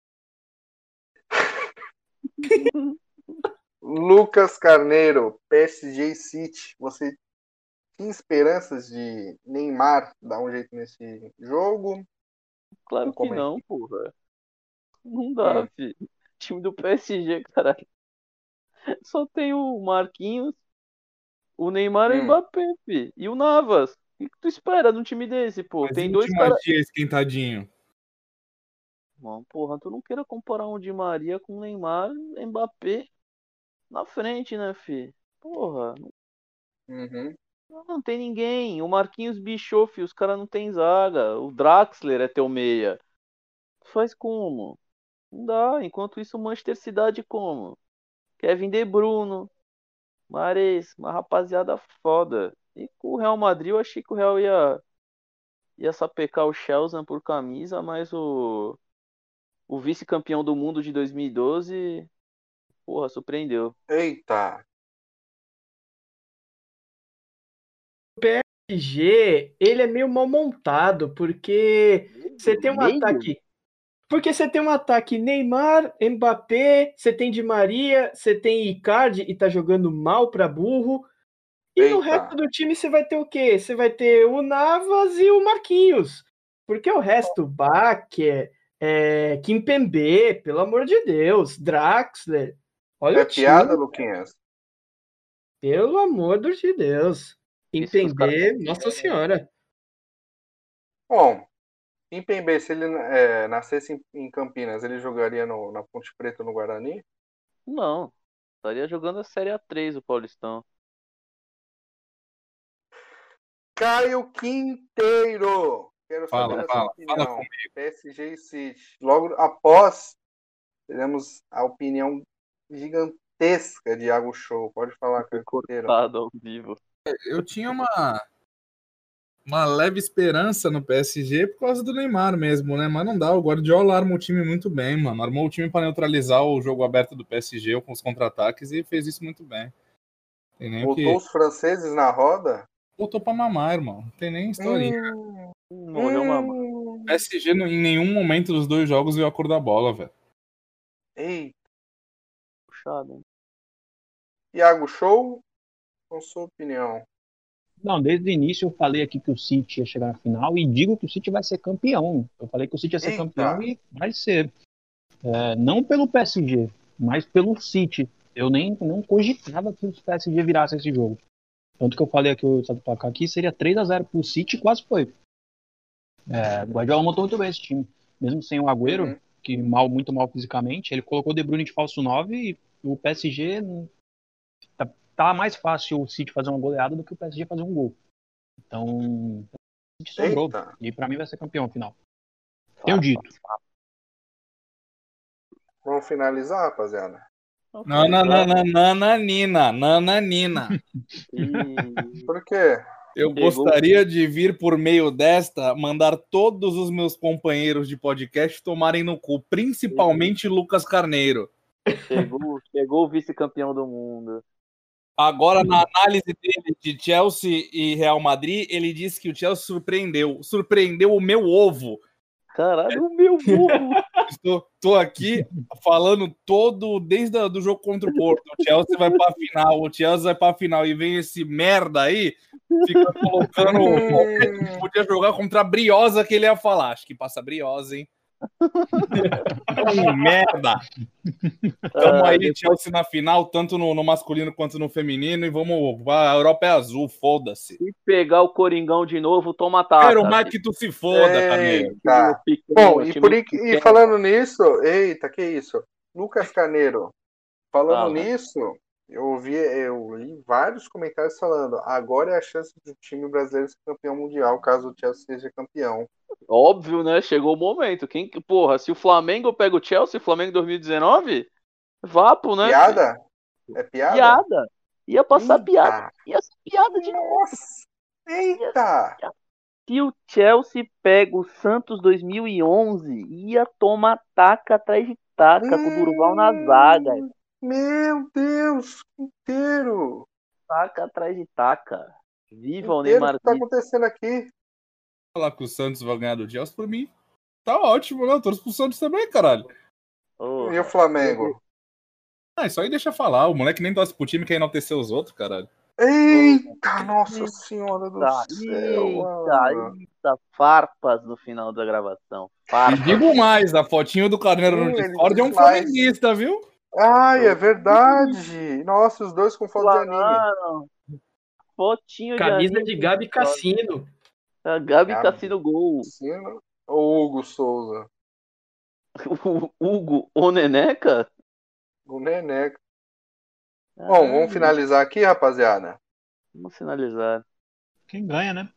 Lucas Carneiro, PSG e City. Você tinha esperanças de Neymar dar um jeito nesse jogo? Claro que não, porra. Não dá, filho. Time do PSG, caralho. Só tem o Marquinhos, o Neymar e o Mbappé, filho. E o Navas. O que tu espera num time desse, pô? Mas Tem e dois o caras. Di Maria esquentadinho? Mano, porra, tu não queira comparar um Di Maria com o Neymar e Mbappé na frente, né, filho? Porra. Não tem ninguém. O Marquinhos bichou, filho. Os caras não tem zaga. O Draxler é teu meia. Faz como? Não dá. Enquanto isso, o Manchester Cidade como? Kevin De Bruyne, Mahrez, uma rapaziada foda. E com o Real Madrid, eu achei que o Real ia sapecar o Chelsea por camisa, mas o vice-campeão do mundo de 2012, porra, surpreendeu. Eita! O PSG, ele é meio mal montado, porque você tem um ataque... Porque você tem um ataque Neymar, Mbappé, você tem Di Maria, você tem Icardi e tá jogando mal pra burro. E no resto do time você vai ter o quê? Você vai ter o Navas e o Marquinhos. Porque o resto, Bakker, Kimpembe, pelo amor de Deus, Draxler. Olha o time. Piada, Luquinhas? Pelo amor de Deus. Kimpembe, nossa senhora. Bom, Kimpembe, se ele nascesse em Campinas, ele jogaria na Ponte Preta no Guarani? Não. Estaria jogando a Série A3, o Paulistão. Caio Quinteiro. Quero saber a sua opinião. Fala comigo. PSG e City. Logo após, teremos a opinião gigantesca de Iago Show. Pode falar, Caio Quinteiro. Cortado ao vivo. Eu tinha uma leve esperança no PSG por causa do Neymar mesmo, né? Mas não dá. O Guardiola arma o time muito bem, mano. Armou o time para neutralizar o jogo aberto do PSG com os contra-ataques e fez isso muito bem. Tem nem Botou os franceses na roda? Botou pra mamar, irmão. Não tem nem historinha. Molhou mamar. PSG em nenhum momento dos 2 jogos viu a cor da bola, velho. Ei, Puxado, hein? Iago, show? Qual a sua opinião? Não, desde o início eu falei aqui que o City ia chegar na final e digo que o City vai ser campeão. Eu falei que o City ia ser Eita. campeão e vai ser. Não pelo PSG, mas pelo City. Eu nem não cogitava que o PSG virasse esse jogo. Tanto que eu falei aqui, o placar aqui, seria 3-0 pro City e quase foi. O Guardiola montou muito bem esse time. Mesmo sem o Agüero, que muito mal fisicamente, ele colocou o De Bruyne de falso 9 e o PSG tá mais fácil o City fazer uma goleada do que o PSG fazer um gol. Então, o City sobrou. Eita. E pra mim vai ser campeão final. Tenho dito. Vamos finalizar, rapaziada? Nananina. Por quê? Eu gostaria de vir por meio desta mandar todos os meus companheiros de podcast tomarem no cu, principalmente Lucas Carneiro. Chegou o vice-campeão do mundo. Agora, na análise dele de Chelsea e Real Madrid, ele disse que o Chelsea surpreendeu o meu ovo. Caralho, o meu ovo. Estou aqui falando desde o jogo contra o Porto. O Chelsea vai pra final, e vem esse merda aí, fica colocando podia jogar contra a Briosa que ele ia falar. Acho que passa a Briosa, hein? Merda! Tamo aí, Chelsea na final, tanto no masculino quanto no feminino, e vamos. A Europa é azul, foda-se. Se pegar o Coringão de novo, toma taça. Quero mais que tu se foda, Carneiro. Tá. Bom, e falando nisso, eita, que isso? Lucas Carneiro, falando nisso, eu li vários comentários falando, agora é a chance do time brasileiro ser campeão mundial, caso o Chelsea seja campeão. Óbvio, né? Chegou o momento. Porra, se o Flamengo pega o Chelsea, Flamengo 2019, vapo, né? Piada? É piada? Piada. Ia passar piada. Ia ser piada de novo. Nossa! Eita! Se o Chelsea pega o Santos 2011, ia tomar taca atrás de taca com o Durval na zaga. Meu Deus! Inteiro! Taca atrás de taca. Viva o Neymar. Neymar. O que tá acontecendo aqui? Falar que o Santos vai ganhar do Chelsea, por mim, tá ótimo, né? Eu torço pro Santos também, caralho. E o Flamengo? Isso aí deixa falar. O moleque nem torce pro time, quer enaltecer os outros, caralho. Eita, nossa senhora do céu. Eita, farpas no final da gravação. E digo mais, a fotinho do Carneiro no Discord é um flamenguista, viu? Ai, é verdade. Nossa, os dois com foto de anime. Fotinho Camisa de anime. de Gabi Cassino. A Gabi Cassino Gol. Ou Hugo Souza? O Hugo, o Neneca? O Neneca. Bom, vamos finalizar aqui, rapaziada. Vamos finalizar. Quem ganha, né?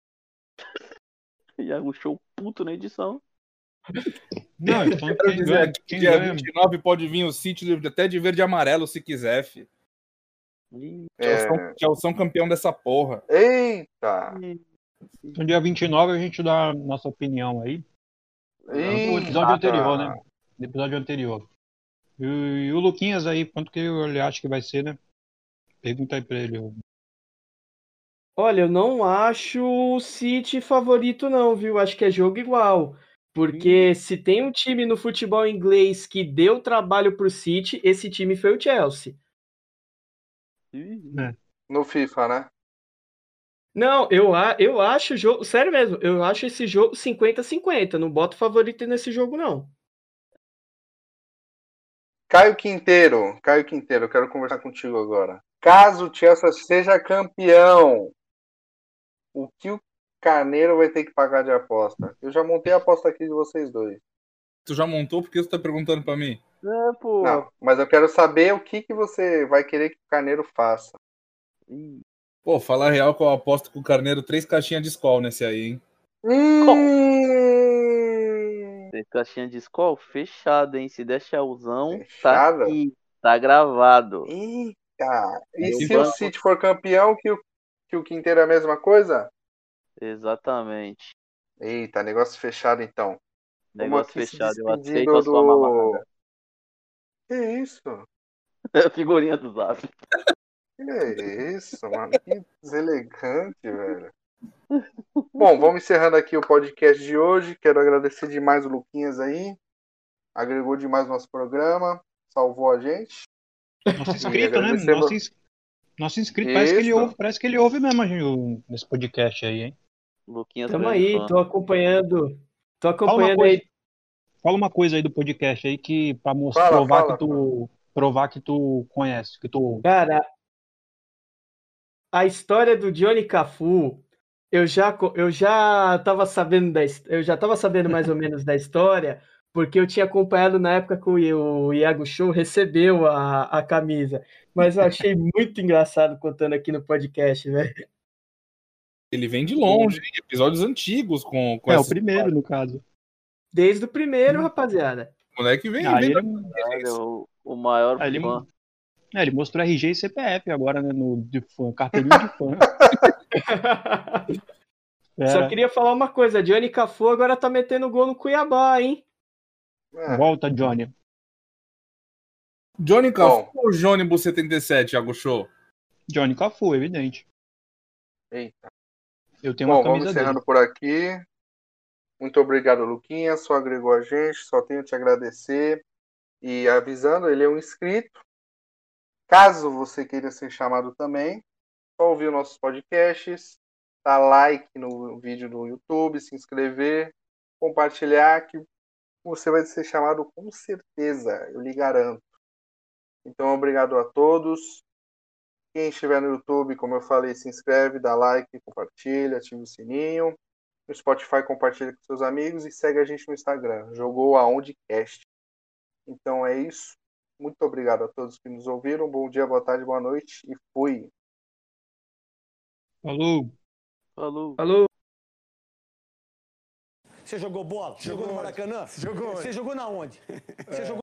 Iago show puto na edição. Não, eu quero dizer aqui, dia 29 pode vir o City até de verde e amarelo, se quiser, fi. Chelsea campeão dessa porra. Eita! No dia 29 a gente dá a nossa opinião aí. No episódio anterior, né? No episódio anterior. E o Luquinhas aí, quanto que ele acha que vai ser, né? Pergunta aí pra ele. Olha, eu não acho o City favorito não, viu? Acho que é jogo igual. Porque se tem um time no futebol inglês que deu trabalho pro City, esse time foi o Chelsea. No FIFA, né? Não, eu acho o jogo... Sério mesmo, eu acho esse jogo 50-50. Não boto favorito nesse jogo, não. Caio Quinteiro, eu quero conversar contigo agora. Caso o Chelsea seja campeão, o que o Carneiro vai ter que pagar de aposta? Eu já montei a aposta aqui de vocês dois. Tu já montou? Por que você tá perguntando pra mim? Não, mas eu quero saber o que você vai querer que o Carneiro faça. Pô, falar real que eu aposto com o Carneiro 3 caixinhas de Skol nesse aí, hein? 3 caixinhas de Skol? Fechado, hein? Se der Chelzão, tá aqui. Tá gravado. Eita! E se o City for campeão, que o Quinteiro é a mesma coisa? Exatamente. Eita, negócio fechado então. Negócio fechado, eu aceito a sua mamada. Que isso? É a figurinha do Zap. Que isso, mano. Que deselegante, velho. Bom, vamos encerrando aqui o podcast de hoje. Quero agradecer demais o Luquinhas aí. Agregou demais no nosso programa. Salvou a gente. Nosso inscrito, né? Nosso inscrito. Parece que ele ouve mesmo a gente, nesse podcast aí, hein? Luquinhas Tamo aí, fã. tô acompanhando aí. Fala uma coisa aí do podcast aí que pra provar que tu conhece, que tu... Cara, a história do Johnny Cafu, eu já tava sabendo eu já tava sabendo mais ou menos da história, porque eu tinha acompanhado na época que o Iago Show recebeu a camisa. Mas eu achei muito engraçado contando aqui no podcast, velho. Ele vem de longe, hein? Episódios antigos com o primeiro, no caso. Desde o primeiro, rapaziada. O moleque vem. O maior fã. Ele mostrou RG e CPF agora, né? De fã, carteirinha de fã. Só queria falar uma coisa: Johnny Cafu agora tá metendo gol no Cuiabá, hein? Volta, Johnny. Johnny Cafu ou Jônibus 77, Iago Show? Johnny Cafu, evidente. Eita. Eu tenho uma camisa vamos encerrando por aqui. Muito obrigado, Luquinha. Só agregou a gente. Só tenho que te agradecer. E avisando, ele é um inscrito. Caso você queira ser chamado também, só ouvir nossos podcasts, dar like no vídeo do YouTube, se inscrever, compartilhar, que você vai ser chamado com certeza, eu lhe garanto. Então, obrigado a todos. Quem estiver no YouTube, como eu falei, se inscreve, dá like, compartilha, ativa o sininho. No Spotify, compartilha com seus amigos e segue a gente no Instagram, Jogou Aonde Cast. Então é isso. Muito obrigado a todos que nos ouviram. Bom dia, boa tarde, boa noite e fui. Falou. Você jogou bola? Jogou no Maracanã? Você jogou na onde? Você jogou